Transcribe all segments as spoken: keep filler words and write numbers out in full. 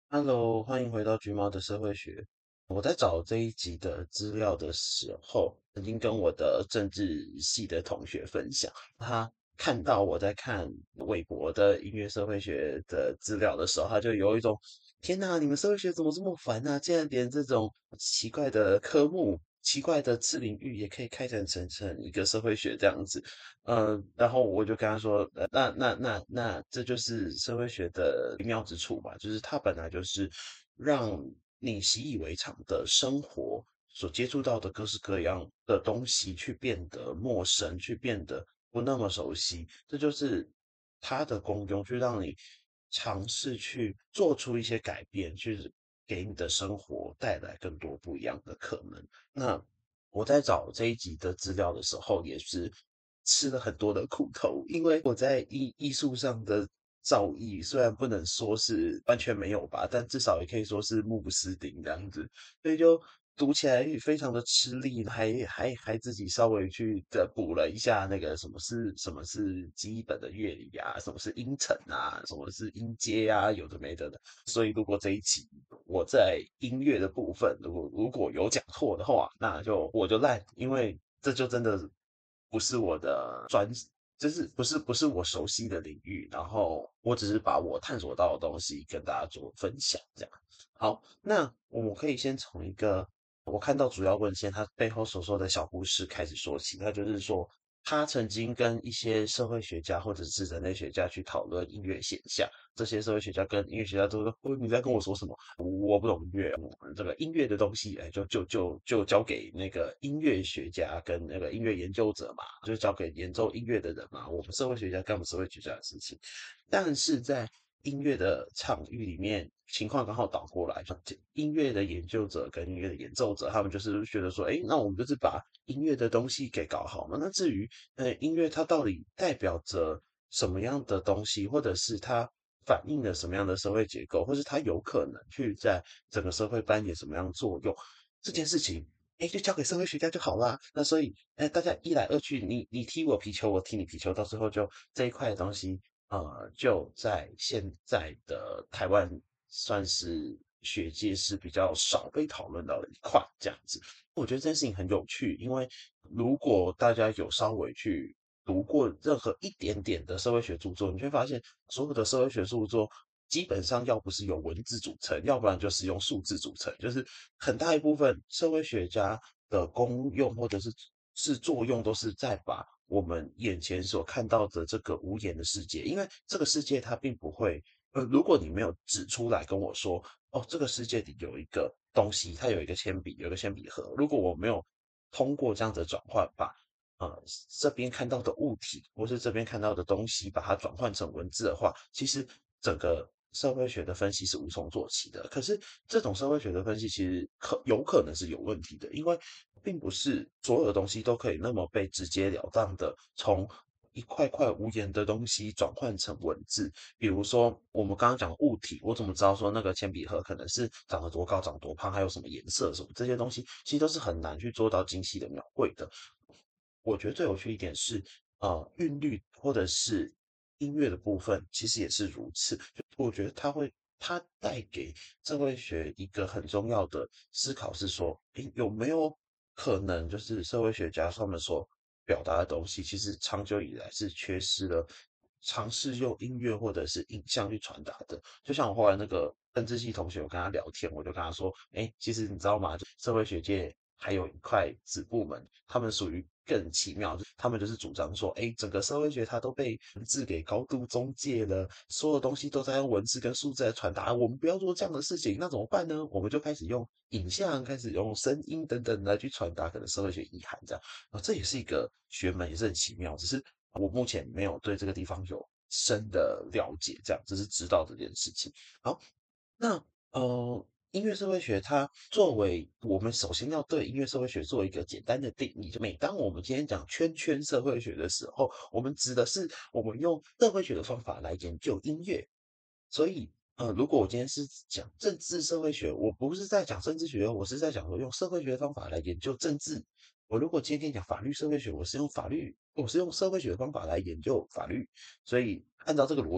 Hello，欢迎回到橘猫的社会学。我在找这一集的资料的时候，曾经跟我的政治系的同学分享，他看到我在看韦伯的音乐社会学的资料的时候，他就有一种天哪，你们社会学怎么这么烦啊？竟然连这种奇怪的科目、奇怪的次领域也可以开展成成一个社会学这样子。呃，然后我就跟他说，呃，那那那那这就是社会学的微妙之处吧，就是它本来就是让你习以为常的生活所接触到的各式各样的东西去变得陌生，去变得不那么熟悉，这就是它的功用，去让你尝试去做出一些改变，去给你的生活带来更多不一样的可能。那我在找这一集的资料的时候，也是吃了很多的苦头，因为我在艺艺术上的造诣虽然不能说是完全没有吧，但至少也可以说是目不识丁这样子，所以就读起来非常的吃力，还还还自己稍微去的补了一下那个什么是什么是基本的乐理啊，什么是音程啊，什么是音阶啊，有的没的的。所以如果这一期我在音乐的部分，如果如果有讲错的话，那就我就烂，因为这就真的不是我的专，就是不是不是我熟悉的领域，然后我只是把我探索到的东西跟大家做分享，这样。好，那我们可以先从一个我看到主要文献它背后所说的小故事开始说起，它就是说。他曾经跟一些社会学家或者是人类学家去讨论音乐现象，这些社会学家跟音乐学家都说：“哦，你在跟我说什么？我不懂音乐，我们这个音乐的东西，哎，就就就就交给那个音乐学家跟那个音乐研究者嘛，就交给演奏音乐的人嘛。我们社会学家干我们社会学家的事情。但是在音乐的场域里面，情况刚好倒过来，音乐的研究者跟音乐的演奏者，他们就是觉得说，哎，那我们就是把音乐的东西给搞好嘛。那至于呃音乐它到底代表着什么样的东西，或者是它反映了什么样的社会结构，或是它有可能去在整个社会扮演什么样的作用，这件事情。哎，就交给社会学家就好啦。那所以，哎，大家一来二去，你你踢我皮球，我踢你皮球，到最后就这一块的东西，呃，就在现在的台湾算是学界是比较少被讨论到的一块，这样子。我觉得这件事情很有趣，因为如果大家有稍微去读过任何一点点的社会学著作，你会发现所有的社会学著作基本上要不是由文字组成，要不然就是用数字组成，就是很大一部分社会学家的功用或者是是作用都是在把我们眼前所看到的这个无言的世界，因为这个世界它并不会，呃，如果你没有指出来跟我说，哦，这个世界里有一个东西，它有一个铅笔，有一个铅笔盒，如果我没有通过这样的转换把呃，这边看到的物体，或是这边看到的东西，把它转换成文字的话，其实整个社会学的分析是无从做起的。可是这种社会学的分析，其实可有可能是有问题的，因为并不是所有的东西都可以那么被直截了当的从一块块无言的东西转换成文字。比如说，我们刚刚讲物体，我怎么知道说那个铅笔盒可能是长得多高、长多胖，还有什么颜色什么这些东西，其实都是很难去做到精细的描绘的。我觉得最有趣一点是，呃，韵律或者是音乐的部分，其实也是如此。就我觉得它会，它带给社会学一个很重要的思考是说，诶，有没有可能就是社会学家他们所表达的东西，其实长久以来是缺失了尝试用音乐或者是影像去传达的。就像我后来那个政治系同学，我跟他聊天，我就跟他说，诶，其实你知道吗？就社会学界还有一块子部门，他们属于更奇妙，他们就是主张说，哎，整个社会学它都被文字给高度中介了，所有东西都在用文字跟数字来传达，我们不要做这样的事情，那怎么办呢？我们就开始用影像，开始用声音等等来去传达可能社会学意涵，这样啊，这也是一个学门，也是很奇妙，只是我目前没有对这个地方有深的了解，这样只是知道这件事情。好，那呃，音乐社会学它作为我们首先要对音乐社会学做一个简单的定义，就每当我们今天讲圈圈社会学的时候，我们指的是我们用社会学的方法来研究音乐。所以，呃，如果我今天是讲政治社会学，我不是在讲政治学，我是在讲说用社会学的方法来研究政治。我如果今天跟你讲法律社会学，我是用法律，我是用社会学的方法来研究法律。所以，按照这个逻辑。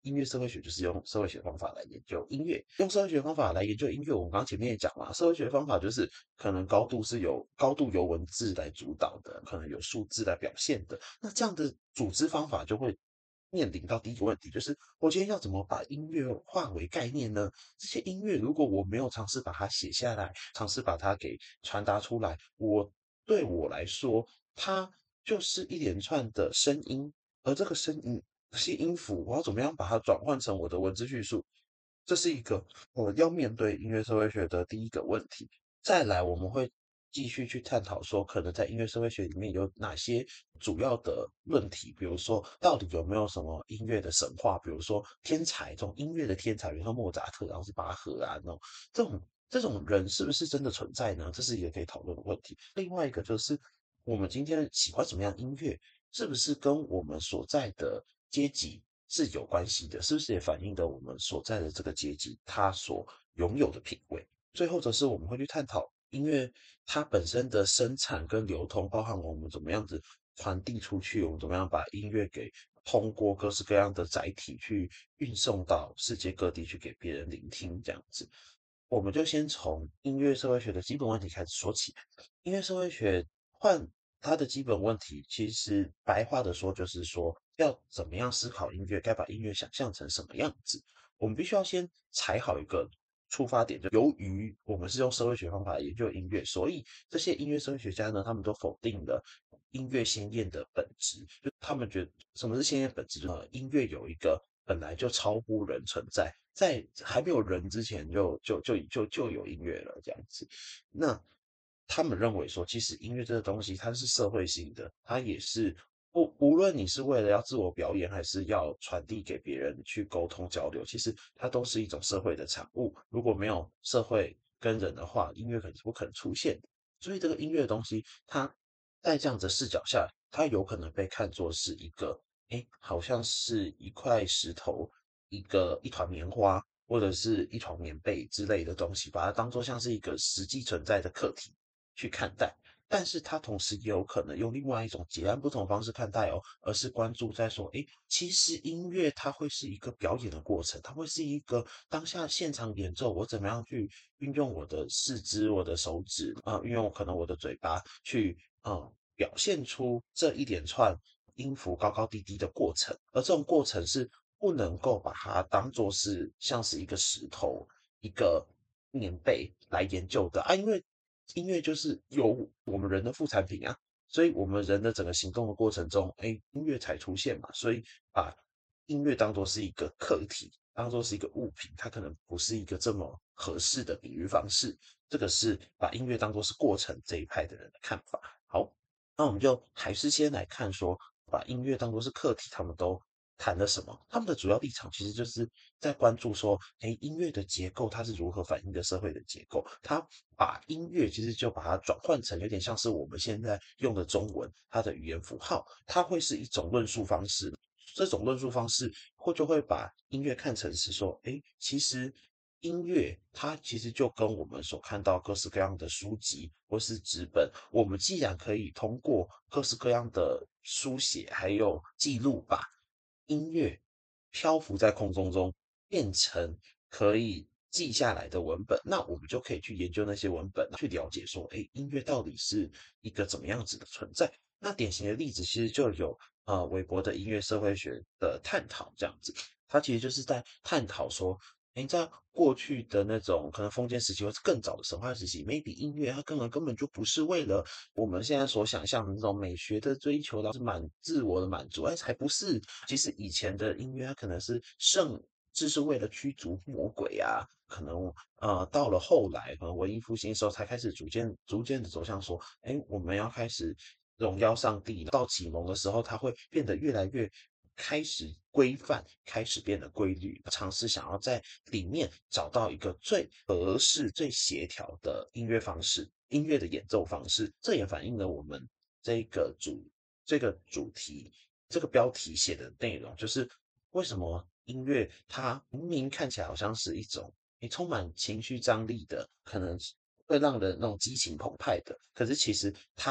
音乐社会学就是用社会学方法来研究音乐，用社会学方法来研究音乐。我们刚刚前面也讲嘛，社会学方法就是可能高度是由高度由文字来主导的，可能有数字来表现的。那这样的组织方法就会面临到第一个问题，就是我今天要怎么把音乐化为概念呢？这些音乐如果我没有尝试把它写下来，尝试把它给传达出来，我对我来说，它就是一连串的声音，而这个声音这些音符，我要怎么样把它转换成我的文字叙述？这是一个我要面对音乐社会学的第一个问题。再来，我们会继续去探讨说，可能在音乐社会学里面有哪些主要的论题，比如说到底有没有什么音乐的神话，比如说天才这种音乐的天才，比如说莫扎特，然后是巴赫啊那种这种这种人是不是真的存在呢？这是一个可以讨论的问题。另外一个就是我们今天喜欢什么样的音乐，是不是跟我们所在的阶级是有关系的？是不是也反映了我们所在的这个阶级他所拥有的品味？最后则是我们会去探讨音乐它本身的生产跟流通，包含我们怎么样子传递出去，我们怎么样把音乐给通过各式各样的载体去运送到世界各地去给别人聆听，这样子。我们就先从音乐社会学的基本问题开始说起。音乐社会学换它的基本问题，其实白话的说就是说，要怎么样思考音乐，该把音乐想象成什么样子。我们必须要先踩好一个出发点，就由于我们是用社会学方法来研究音乐，所以这些音乐社会学家呢，他们都否定了音乐鲜艳的本质，就他们觉得什么是鲜艳本质？呃，音乐有一个本来就超乎人存在，在还没有人之前就就就就就有音乐了这样子。那他们认为说，其实音乐这个东西它是社会性的，它也是不无论你是为了要自我表演，还是要传递给别人去沟通交流，其实它都是一种社会的产物。如果没有社会跟人的话，音乐可能是不可能出现的。所以这个音乐的东西，它在这样子视角下，它有可能被看作是一个，诶，好像是一块石头，一个一团棉花，或者是一床棉被之类的东西，把它当作像是一个实际存在的课题去看待。但是它同时也有可能用另外一种截然不同的方式看待哦，而是关注在说，诶，其实音乐它会是一个表演的过程，它会是一个当下现场演奏，我怎么样去运用我的四肢、我的手指啊、呃运用可能我的嘴巴去啊表现出这一连串音符高高低低的过程，而这种过程是不能够把它当做是像是一个石头、一个棉被来研究的啊，因为音乐就是由我们人的副产品啊，所以我们人的整个行动的过程中，哎，音乐才出现嘛，所以把音乐当做是一个客体，当做是一个物品，它可能不是一个这么合适的比喻方式。这个是把音乐当做是过程这一派的人的看法。好，那我们就还是先来看说，把音乐当作是课题，他们都谈了什么？他们的主要立场其实就是在关注说，诶，音乐的结构它是如何反映的社会的结构。他把音乐其实就把它转换成有点像是我们现在用的中文，它的语言符号，它会是一种论述方式。这种论述方式或就会把音乐看成是说，诶，其实音乐它其实就跟我们所看到各式各样的书籍或是纸本，我们既然可以通过各式各样的书写还有记录，把音乐漂浮在空中中变成可以记下来的文本，那我们就可以去研究那些文本，去了解说，哎，音乐到底是一个怎么样子的存在？那典型的例子其实就有呃韦伯的音乐社会学的探讨这样子，他其实就是在探讨说，诶，在过去的那种可能封建时期或是更早的神话时期，maybe 音乐它根本根本就不是为了我们现在所想象的那种美学的追求，然后是满自我的满足，哎，还不是。其实以前的音乐它可能是圣，至是为了驱逐魔鬼啊，可能呃到了后来，可能文艺复兴的时候才开始逐渐逐渐的走向说，哎，我们要开始荣耀上帝。到启蒙的时候，它会变得越来越开始规范，开始变得规律，尝试想要在里面找到一个最合适、最协调的音乐方式、音乐的演奏方式。这也反映了我们这个主这个主题、这个标题写的内容，就是为什么音乐它明明看起来好像是一种诶充满情绪张力的，可能会让人那种激情澎湃的，可是其实它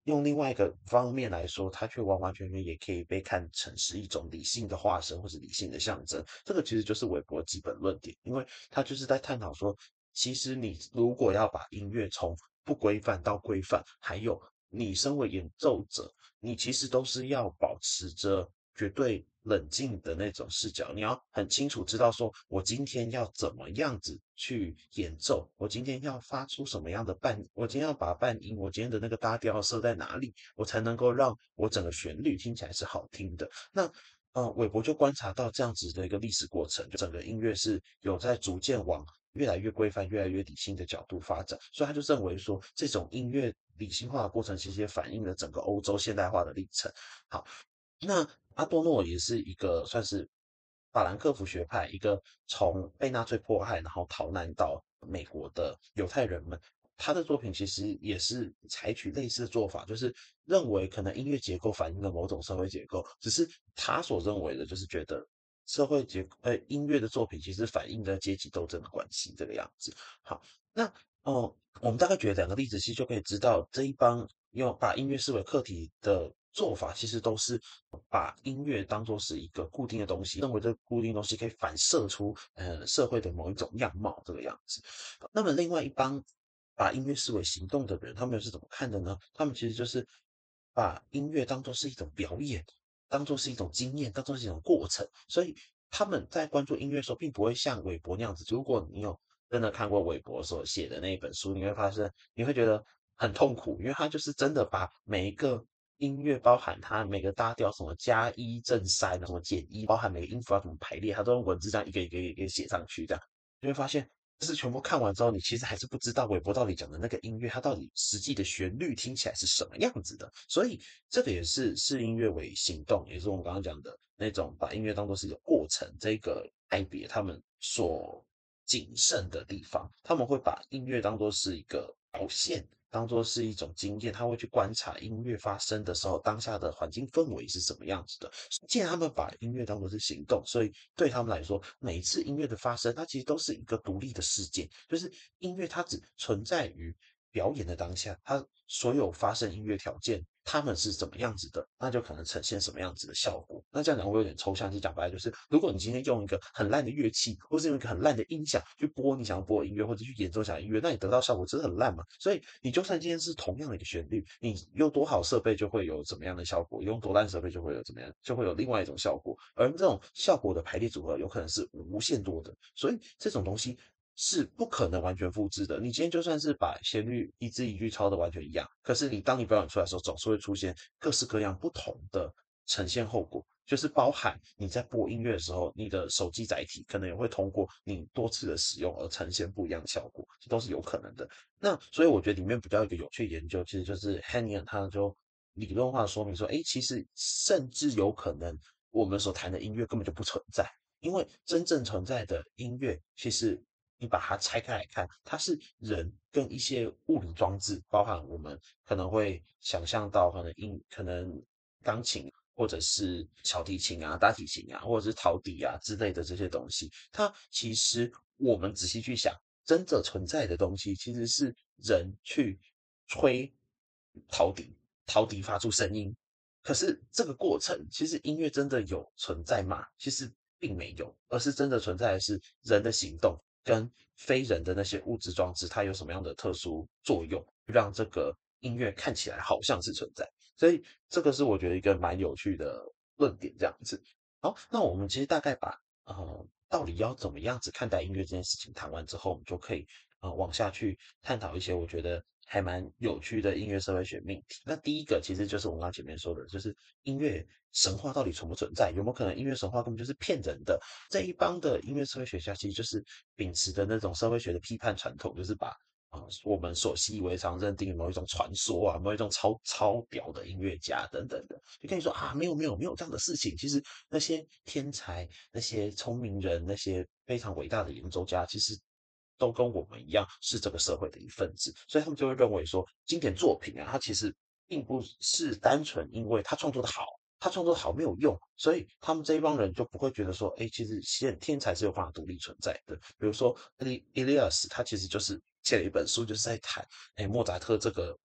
用另外一个方面来说，它却完完全全也可以被看成是一种理性的化身或是理性的象征。这个其实就是韦伯的基本论点，因为他就是在探讨说，其实你如果要把音乐从不规范到规范，还有你身为演奏者，你其实都是要保持着绝对冷静的那种视角，你要很清楚知道说，我今天要怎么样子去演奏，我今天要发出什么样的伴，我今天要把伴音，我今天的那个大调设在哪里，我才能够让我整个旋律听起来是好听的。那呃，韦伯就观察到这样子的一个历史过程，就整个音乐是有在逐渐往越来越规范、越来越理性的角度发展，所以他就认为说，这种音乐理性化的过程，其实也反映了整个欧洲现代化的历程。好，那阿多诺也是一个算是法兰克福学派，一个从被纳粹迫害然后逃难到美国的犹太人们。他的作品其实也是采取类似的做法，就是认为可能音乐结构反映了某种社会结构，只是他所认为的就是觉得社会结构，呃，音乐的作品其实反映了阶级斗争的关系这个样子。好，那哦，我们大概举了两个例子，其实就可以知道这一帮用把音乐视为课题的做法，其实都是把音乐当作是一个固定的东西，认为这个固定的东西可以反射出呃社会的某一种样貌这个样子。那么另外一帮把音乐视为行动的人，他们又是怎么看的呢？他们其实就是把音乐当作是一种表演，当作是一种经验，当作是一种过程，所以他们在关注音乐的时候，并不会像韦伯那样子。如果你有真的看过韦伯所写的那一本书，你会发现你会觉得很痛苦，因为他就是真的把每一个音乐，包含它每个大调什么加一正三，什么减一，包含每个音符要怎么排列，他都用文字这样一个一个一个写上去，这样你会发现。就是全部看完之后，你其实还是不知道韦伯到底讲的那个音乐，它到底实际的旋律听起来是什么样子的。所以这个也是视音乐为行动，也是我们刚刚讲的那种把音乐当作是一个过程，这个派别他们所谨慎的地方，他们会把音乐当作是一个表现，当作是一种经验，他会去观察音乐发生的时候当下的环境氛围是什么样子的。既然他们把音乐当作是行动，所以对他们来说，每一次音乐的发生，它其实都是一个独立的事件，就是音乐它只存在于表演的当下，它所有发生音乐条件，他们是怎么样子的，那就可能呈现什么样子的效果。那这样讲会有点抽象，其实讲白了就是，如果你今天用一个很烂的乐器，或是用一个很烂的音响去播你想要播的音乐，或者去演奏想要音乐，那你得到效果真的很烂嘛？所以你就算今天是同样的一个旋律，你用多好设备就会有怎么样的效果，用多烂设备就会有怎么样，就会有另外一种效果。而这种效果的排列组合有可能是无限多的，所以这种东西是不可能完全复制的。你今天就算是把旋律一字一句抄的完全一样，可是你当你表演出来的时候，总是会出现各式各样不同的呈现后果。就是包含你在播音乐的时候，你的手机载体可能也会通过你多次的使用而呈现不一样的效果，这都是有可能的。那所以我觉得里面比较一个有趣的研究，其实就是 Hanian 他就理论化说明说，哎，其实甚至有可能我们所弹的音乐根本就不存在，因为真正存在的音乐，其实你把它拆开来看，它是人跟一些物理装置，包含我们可能会想象到可能音，可能钢琴或者是小提琴啊、大提琴啊，或者是陶笛啊之类的这些东西，它其实我们仔细去想，真正存在的东西其实是人去吹陶笛，陶笛发出声音。可是这个过程，其实音乐真的有存在吗？其实并没有，而是真的存在的是人的行动跟非人的那些物质装置，它有什么样的特殊作用，让这个音乐看起来好像是存在。所以这个是我觉得一个蛮有趣的论点，这样子。好，那我们其实大概把呃到底要怎么样子看待音乐这件事情谈完之后，我们就可以呃往下去探讨一些我觉得还蛮有趣的音乐社会学命题。那第一个其实就是我们刚刚前面说的，就是音乐神话到底存不存在？有没有可能音乐神话根本就是骗人的？这一帮的音乐社会学家其实就是秉持的那种社会学的批判传统，就是把啊、呃我们所习以为常认定的某一种传说啊，某一种超超屌的音乐家等等的，就跟你说啊，没有没有没有这样的事情。其实那些天才、那些聪明人、那些非常伟大的演奏家，其实都跟我们一样是这个社会的一份子，所以他们就会认为说，经典作品啊，它其实并不是单纯因为他创作的好。他创作好没有用，所以他们这一帮人就不会觉得说，哎，其实现天才是有办法独立存在的。比如说伊利伊利亚斯，他其实就是写了一本书，就是在谈，哎，莫扎特这个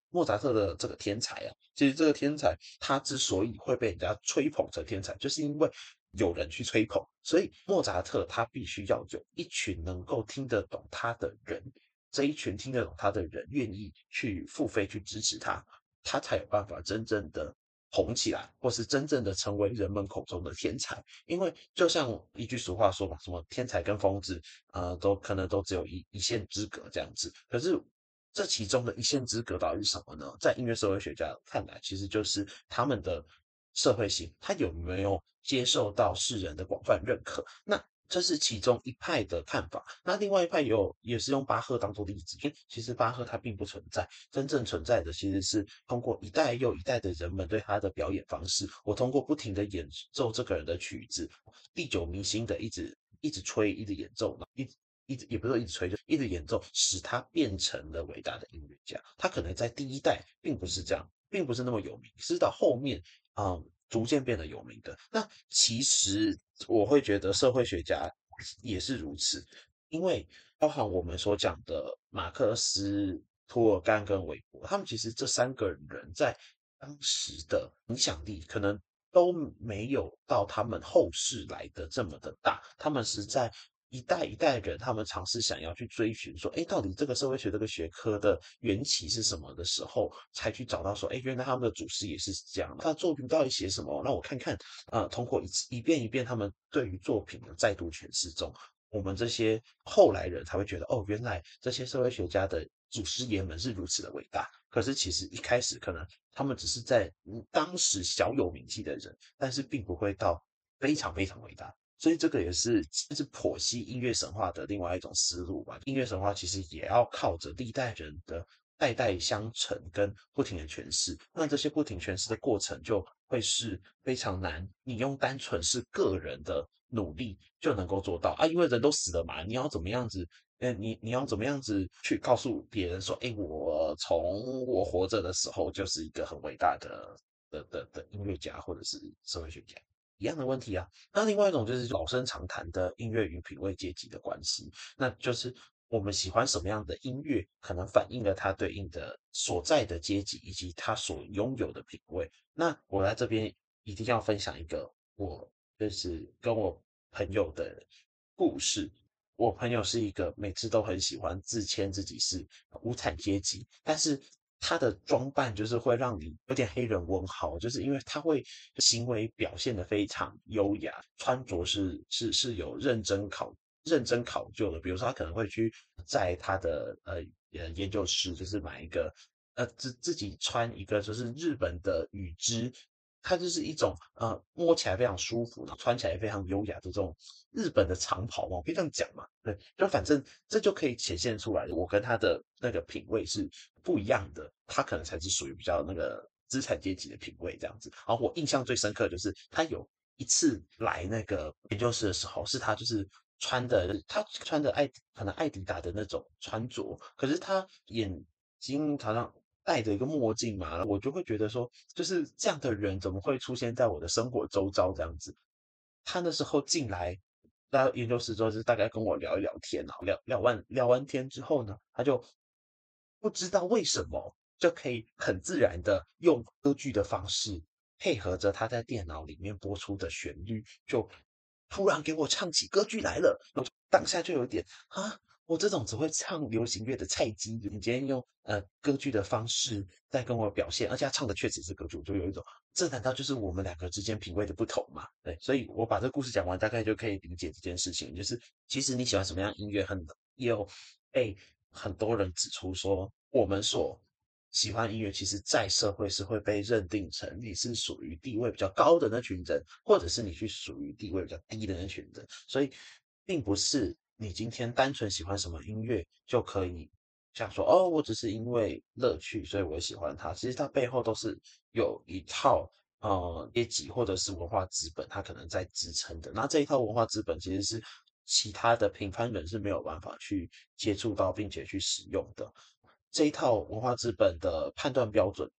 莫扎特的这个天才啊，其实这个天才他之所以会被人家吹捧成天才，就是因为有人去吹捧，所以莫扎特他必须要有一群能够听得懂他的人，这一群听得懂他的人愿意去付费去支持他，他才有办法真正的红起来，或是真正的成为人们口中的天才。因为就像一句俗话说嘛，什么天才跟疯子，呃，都可能都只有一一线之隔这样子。可是这其中的一线之隔到底是什么呢？在音乐社会学家看来，其实就是他们的社会性，他有没有接受到世人的广泛认可？那这是其中一派的看法。那另外一派有也是用巴赫当做例子，就其实巴赫他并不存在，真正存在的其实是通过一代又一代的人们对他的表演方式，我通过不停的演奏这个人的曲子，历久弥新的一直一直吹，一直演奏，一直一直也不是说一直吹，就一直演奏，使他变成了伟大的音乐家。他可能在第一代并不是这样，并不是那么有名，是到后面，嗯，逐渐变得有名的。那其实我会觉得社会学家也是如此，因为包含我们所讲的马克思、托尔干跟韦伯，他们其实这三个人在当时的影响力可能都没有到他们后世来的这么的大，他们是在一代一代人，他们尝试想要去追寻说，哎，到底这个社会学这个学科的缘起是什么的时候，才去找到说，哎，原来他们的祖师也是这样，他的作品到底写什么？让我看看，呃，通过一次一遍一遍他们对于作品的再度诠释中，我们这些后来人才会觉得，哦，原来这些社会学家的祖师爷们是如此的伟大。可是其实一开始可能他们只是在嗯当时小有名气的人，但是并不会到非常非常伟大。所以这个也是是剖析音乐神话的另外一种思路吧。音乐神话其实也要靠着历代人的代代相承跟不停的诠释，那这些不停诠释的过程就会是非常难，你用单纯是个人的努力就能够做到啊，因为人都死了嘛，你要怎么样子？呃，你你要怎么样子去告诉别人说，哎，我从我活着的时候就是一个很伟大的的的的音乐家或者是社会学家？一样的问题啊。那另外一种就是老生常谈的音乐与品味阶级的关系，那就是我们喜欢什么样的音乐，可能反映了它对应的所在的阶级以及他所拥有的品味。那我在这边一定要分享一个我就是跟我朋友的故事。我朋友是一个每次都很喜欢自谦自己是无产阶级，但是他的装扮就是会让你有点黑人问号，就是因为他会行为表现得非常优雅，穿着是是是有认真考认真考究的。比如说他可能会去在他的呃呃研究室，就是买一个呃自自己穿一个就是日本的羽织，它就是一种呃摸起来非常舒服，然后穿起来非常优雅的这种日本的长袍嘛，我可以这样讲嘛？对，就反正这就可以显现出来，我跟他的那个品味是不一样的，他可能才是属于比较那个资产阶级的品味这样子。然后我印象最深刻就是他有一次来那个研究室的时候，是他就是穿的，他穿的艾可能艾迪达的那种穿着，可是他眼睛好像戴着一个墨镜嘛，我就会觉得说，就是这样的人怎么会出现在我的生活周遭这样子？他那时候进来到研究室之后，就大概跟我聊一聊天啊，聊聊完聊完天之后呢，他就不知道为什么就可以很自然的用歌剧的方式，配合着他在电脑里面播出的旋律，就突然给我唱起歌剧来了。我当下就有点啊，我这种只会唱流行乐的菜鸡，你今天用呃歌剧的方式在跟我表现，而且他唱的确实是歌剧，我就有一种，这难道就是我们两个之间品味的不同吗？对，所以我把这个故事讲完，大概就可以理解这件事情，就是其实你喜欢什么样音乐，很也有被很多人指出说，我们所喜欢音乐，其实在社会是会被认定成你是属于地位比较高的那群人，或者是你去属于地位比较低的那群人，所以并不是你今天单纯喜欢什么音乐就可以像说哦，我只是因为乐趣，所以我喜欢它。其实它背后都是有一套呃阶级或者是文化资本，它可能在支撑的。那这一套文化资本其实是其他的平凡人是没有办法去接触到并且去使用的。这一套文化资本的判断标准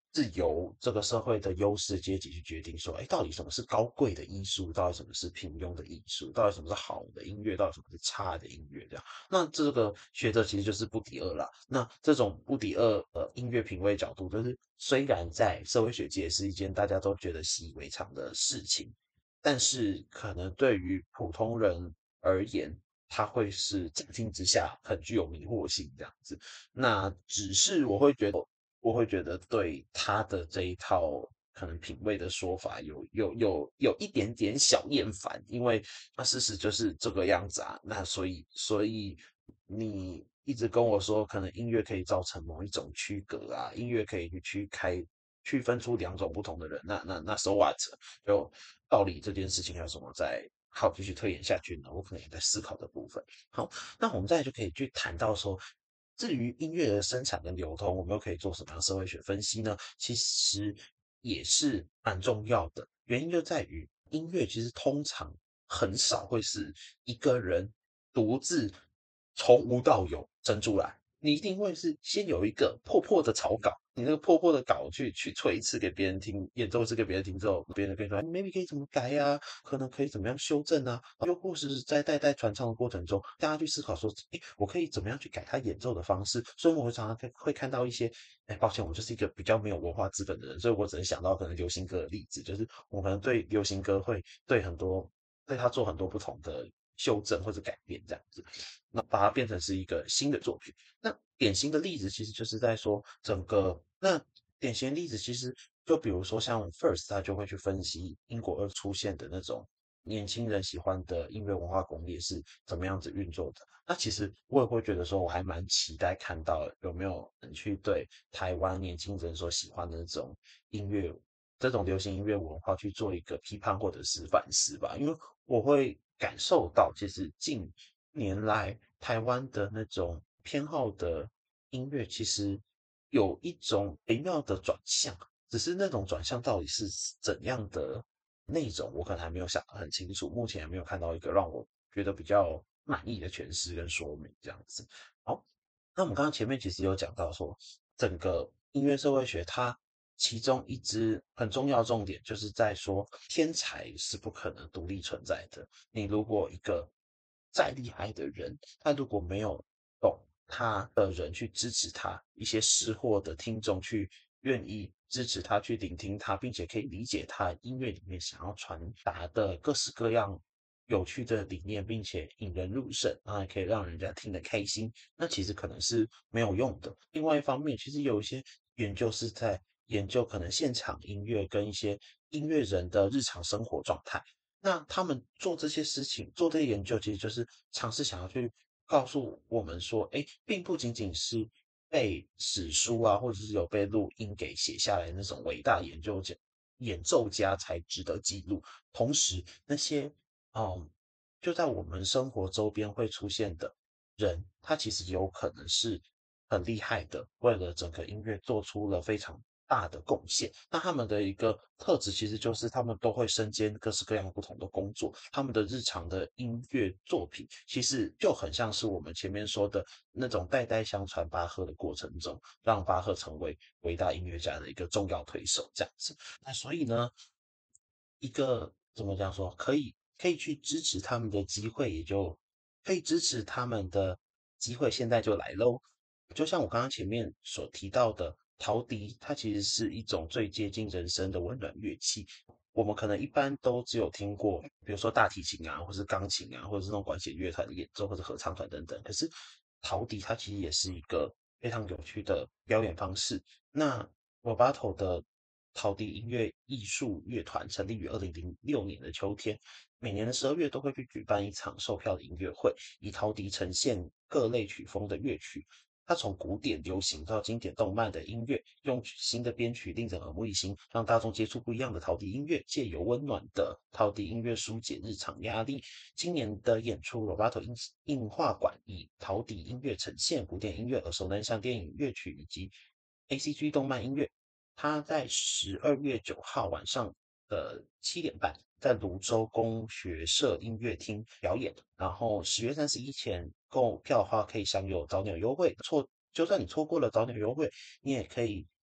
是由这个社会的优势阶级去决定说，哎，到底什么是高贵的艺术，到底什么是平庸的艺术，到底什么是好的音乐，到底什么是差的音乐，这样。那这个学者其实就是布迪厄啦。那这种布迪厄呃音乐品味角度，就是虽然在社会学界是一件大家都觉得习以为常的事情，但是可能对于普通人而言，它会是乍听之下很具有迷惑性这样子。那只是我会觉得。我会觉得对他的这一套可能品味的说法有有有有一点点小厌烦，因为那事实就是这个样子啊。那所以所以你一直跟我说，可能音乐可以造成某一种区隔啊，音乐可以去开区分出两种不同的人，那那那 so what？就道理这件事情还有什么在好继续推演下去呢？我可能也在思考的部分。好，那我们再来就可以去谈到说，至于音乐的生产跟流通，我们又可以做什么样的社会学分析呢？其实也是蛮重要的。原因就在于音乐其实通常很少会是一个人独自从无到有生出来，你一定会是先有一个破破的草稿，你那个破破的稿去去吹一次给别人听，演奏一次给别人听之后，别人跟你说，maybe 可以怎么改呀、可能可以怎么样修正啊，又或是在代代传唱的过程中，大家去思考说，诶，我可以怎么样去改他演奏的方式？所以我会常常会看到一些，哎，抱歉，我就是一个比较没有文化资本的人，所以我只能想到可能流行歌的例子，就是我可能对流行歌会对很多对他做很多不同的修正或者改变这样子，那把它变成是一个新的作品。那典型的例子其实就是在说整个那典型的例子其实就比如说像 First，他就会去分析英国而出现的那种年轻人喜欢的音乐文化工业是怎么样子运作的。那其实我也会觉得说，我还蛮期待看到有没有人去对台湾年轻人所喜欢的那种音乐。这种流行音乐文化去做一个批判或者是反思吧，因为我会感受到，其实近年来台湾的那种偏好的音乐，其实有一种微妙的转向，只是那种转向到底是怎样的内容，我可能还没有想得很清楚，目前还没有看到一个让我觉得比较满意的诠释跟说明，这样子。好，那我们刚刚前面其实有讲到说，整个音乐社会学它其中一支很重要的重点就是在说，天才是不可能独立存在的。你如果一个再厉害的人，他如果没有懂他的人去支持他，一些识货的听众去愿意支持他，去聆听他，并且可以理解他音乐里面想要传达的各式各样有趣的理念，并且引人入胜，啊，可以让人家听得开心。那其实可能是没有用的。另外一方面，其实有一些研究是在研究可能现场音乐跟一些音乐人的日常生活状态。那他们做这些事情，做这些研究，其实就是尝试想要去告诉我们说，诶，并不仅仅是被史书啊，或者是有被录音给写下来的那种伟大研究家、演奏家才值得记录。同时，那些嗯，就在我们生活周边会出现的人，他其实有可能是很厉害的，为了整个音乐做出了非常大的贡献。那他们的一个特质，其实就是他们都会身兼各式各样不同的工作，他们的日常的音乐作品，其实就很像是我们前面说的那种代代相传巴赫的过程中，让巴赫成为伟大音乐家的一个重要推手，这样子。那所以呢，一个怎么讲说，可以可以去支持他们的机会，也就可以支持他们的机会，现在就来喽。就像我刚刚前面所提到的，陶笛，它其实是一种最接近人声的温暖乐器。我们可能一般都只有听过，比如说大提琴啊，或是钢琴啊，或者是那种管弦乐团的演奏，或者合唱团等等。可是陶笛它其实也是一个非常有趣的表演方式。那 Robato 的陶笛音乐艺术乐团成立于二零零六年的秋天，每年的十二月都会去举办一场售票的音乐会，以陶笛呈现各类曲风的乐曲。它从古典流行到经典动漫的音乐，用新的编曲令人耳目一新，让大众接触不一样的陶笛音乐，借由温暖的陶笛音乐疏解日常压力。今年的演出 Robato 映映画馆以陶笛音乐呈现古典音乐耳熟能详电影乐曲以及 A C G 动漫音乐。他在十二月九号晚上的七点半，在泸州工学社音乐厅表演。然后十月三十一前购票的话，可以享有早鸟优惠。错，就算你错过了早鸟优惠，你也可以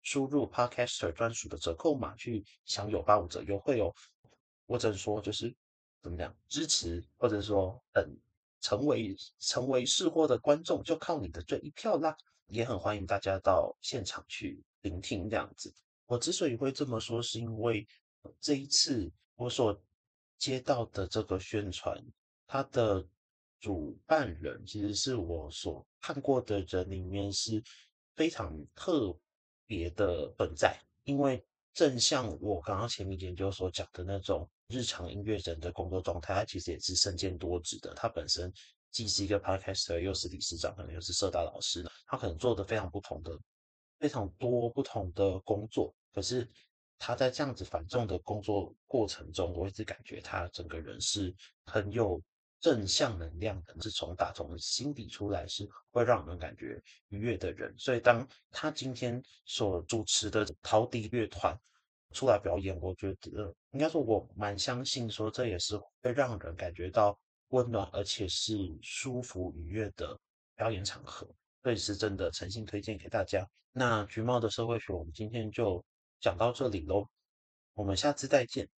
输入 Podcaster 专属的折扣码去享有八五折优惠哦。我只能说就是怎么讲，支持或者说等成为成为试货的观众，就靠你的这一票啦。也很欢迎大家到现场去聆听这样子。我之所以会这么说，是因为呃这一次我所接到的这个宣传，它的主办人其实是我所看过的人里面是非常特别的存在。因为正像我刚刚前面研究所讲的那种日常音乐人的工作状态，他其实也是身兼多职的。他本身既是一个 podcaster，又是理事长，可能又是社大老师，他可能做的非常不同的、非常多不同的工作。可是他在这样子繁重的工作过程中，我一直感觉他整个人是很有正向能量的，是从打从心底出来，是会让人感觉愉悦的人。所以当他今天所主持的陶笛乐团出来表演，我觉得应该说我蛮相信说这也是会让人感觉到温暖而且是舒服愉悦的表演场合。所以是真的诚心推荐给大家。那橘猫的社会学，我们今天就讲到这里喽，我们下次再见。